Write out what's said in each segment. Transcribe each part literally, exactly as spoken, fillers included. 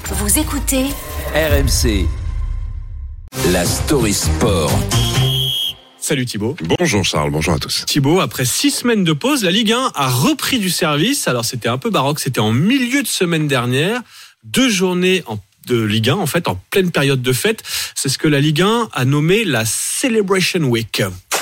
Vous écoutez R M C, la story sport. Salut Thibaut. Bonjour Charles, bonjour à tous. Thibaut, après six semaines de pause, la Ligue un a repris du service. Alors c'était un peu baroque, c'était en milieu de semaine dernière. Deux journées en de Ligue un, en fait, en pleine période de fête. C'est ce que la Ligue un a nommé la Celebration Week.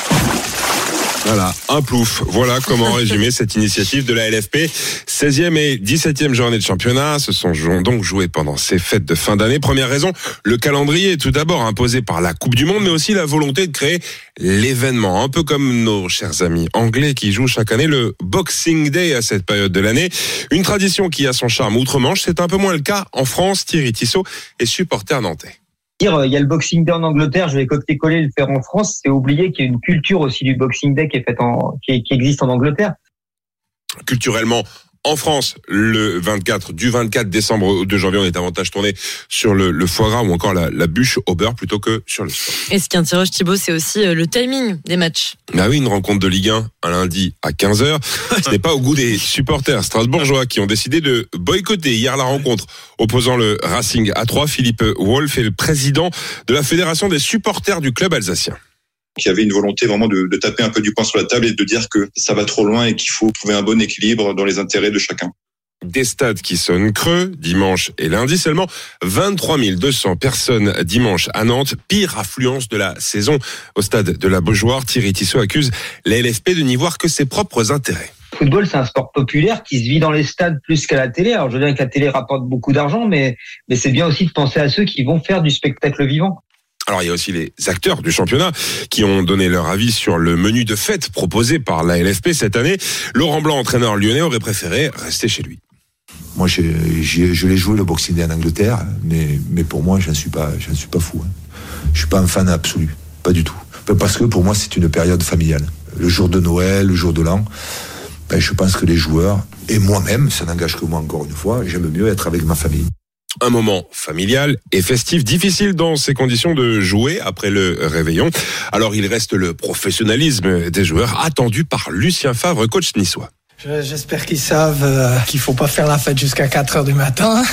Voilà, un plouf. Voilà comment résumer cette initiative de la L F P. seizième et dix-septième journée de championnat se sont donc jouées pendant ces fêtes de fin d'année. Première raison, le calendrier est tout d'abord imposé par la Coupe du Monde, mais aussi la volonté de créer l'événement. Un peu comme nos chers amis anglais qui jouent chaque année le Boxing Day à cette période de l'année. Une tradition qui a son charme outre-Manche. C'est un peu moins le cas en France. Thierry Tissot est supporter nantais. Il y a le Boxing Day en Angleterre, je vais copier-coller le faire en France, c'est oublier qu'il y a une culture aussi du Boxing Day qui est faite en, qui, qui existe en Angleterre. Culturellement, en France, le vingt-quatre, du vingt-quatre décembre au deux janvier, on est davantage tourné sur le, le foie gras ou encore la, la bûche au beurre plutôt que sur le sport. Et ce qui interroge Thibaut, c'est aussi le timing des matchs. Ah oui, une rencontre de Ligue un un lundi à quinze heures. Ce n'est pas au goût des supporters strasbourgeois qui ont décidé de boycotter hier la rencontre opposant le Racing à Troyes. Philippe Wolff est le président de la fédération des supporters du club alsacien. Il y avait une volonté vraiment de, de taper un peu du poing sur la table et de dire que ça va trop loin et qu'il faut trouver un bon équilibre dans les intérêts de chacun. Des stades qui sonnent creux, dimanche et lundi, seulement vingt-trois mille deux cents personnes dimanche à Nantes, pire affluence de la saison au stade de la Beaujoire. Thierry Tissot accuse la L F P de n'y voir que ses propres intérêts. Le football, c'est un sport populaire qui se vit dans les stades plus qu'à la télé. Alors je veux dire que la télé rapporte beaucoup d'argent, mais, mais c'est bien aussi de penser à ceux qui vont faire du spectacle vivant. Alors il y a aussi les acteurs du championnat qui ont donné leur avis sur le menu de fête proposé par la L F P cette année. Laurent Blanc, entraîneur lyonnais, aurait préféré rester chez lui. Moi, j'ai, j'ai, je l'ai joué le Boxing Day en Angleterre, mais, mais pour moi, je ne suis pas, je ne suis pas fou. Hein. Je suis pas un fan absolu, pas du tout. Parce que pour moi, c'est une période familiale. Le jour de Noël, le jour de l'an, ben, je pense que les joueurs et moi-même, ça n'engage que moi encore une fois, j'aime mieux être avec ma famille. Un moment familial et festif, difficile dans ces conditions de jouer après le réveillon. Alors il reste le professionnalisme des joueurs attendu par Lucien Favre, coach niçois. J'espère qu'ils savent euh, qu'il faut pas faire la fête jusqu'à quatre heures du matin.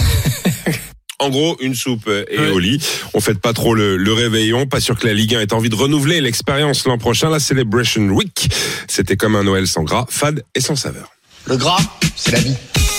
En gros, une soupe et ouais. au lit. On fête pas trop le, le réveillon. Pas sûr que la Ligue un ait envie de renouveler l'expérience l'an prochain. La Celebration Week, c'était comme un Noël sans gras, fade et sans saveur. Le gras, c'est la vie.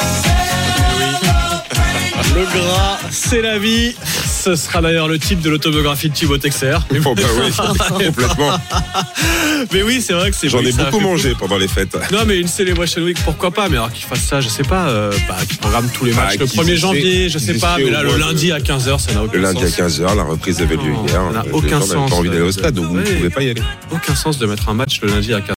Le gras, c'est la vie. Ce sera d'ailleurs le titre de l'autobiographie de Thibaut Texer. Oh bah oui, complètement. Mais oui, c'est vrai que c'est J'en vrai ai que ça beaucoup a fait mangé fou. pendant les fêtes. Non, mais une Celebration Week, pourquoi pas? Mais alors qu'ils fassent ça, je sais pas, euh, bah, qu'ils programment tous les matchs Bah, le premier janvier, je sais pas, mais là, le lundi de... à quinze heures, ça n'a aucun sens. Le lundi sens. à quinze heures, la reprise avait lieu Non, hier. ça n'a Les aucun gens n'avaient sens. pas envie d'aller au de- stade, donc vous ne ouais. pouvez pas y aller. Aucun sens de mettre un match le lundi à quinze heures.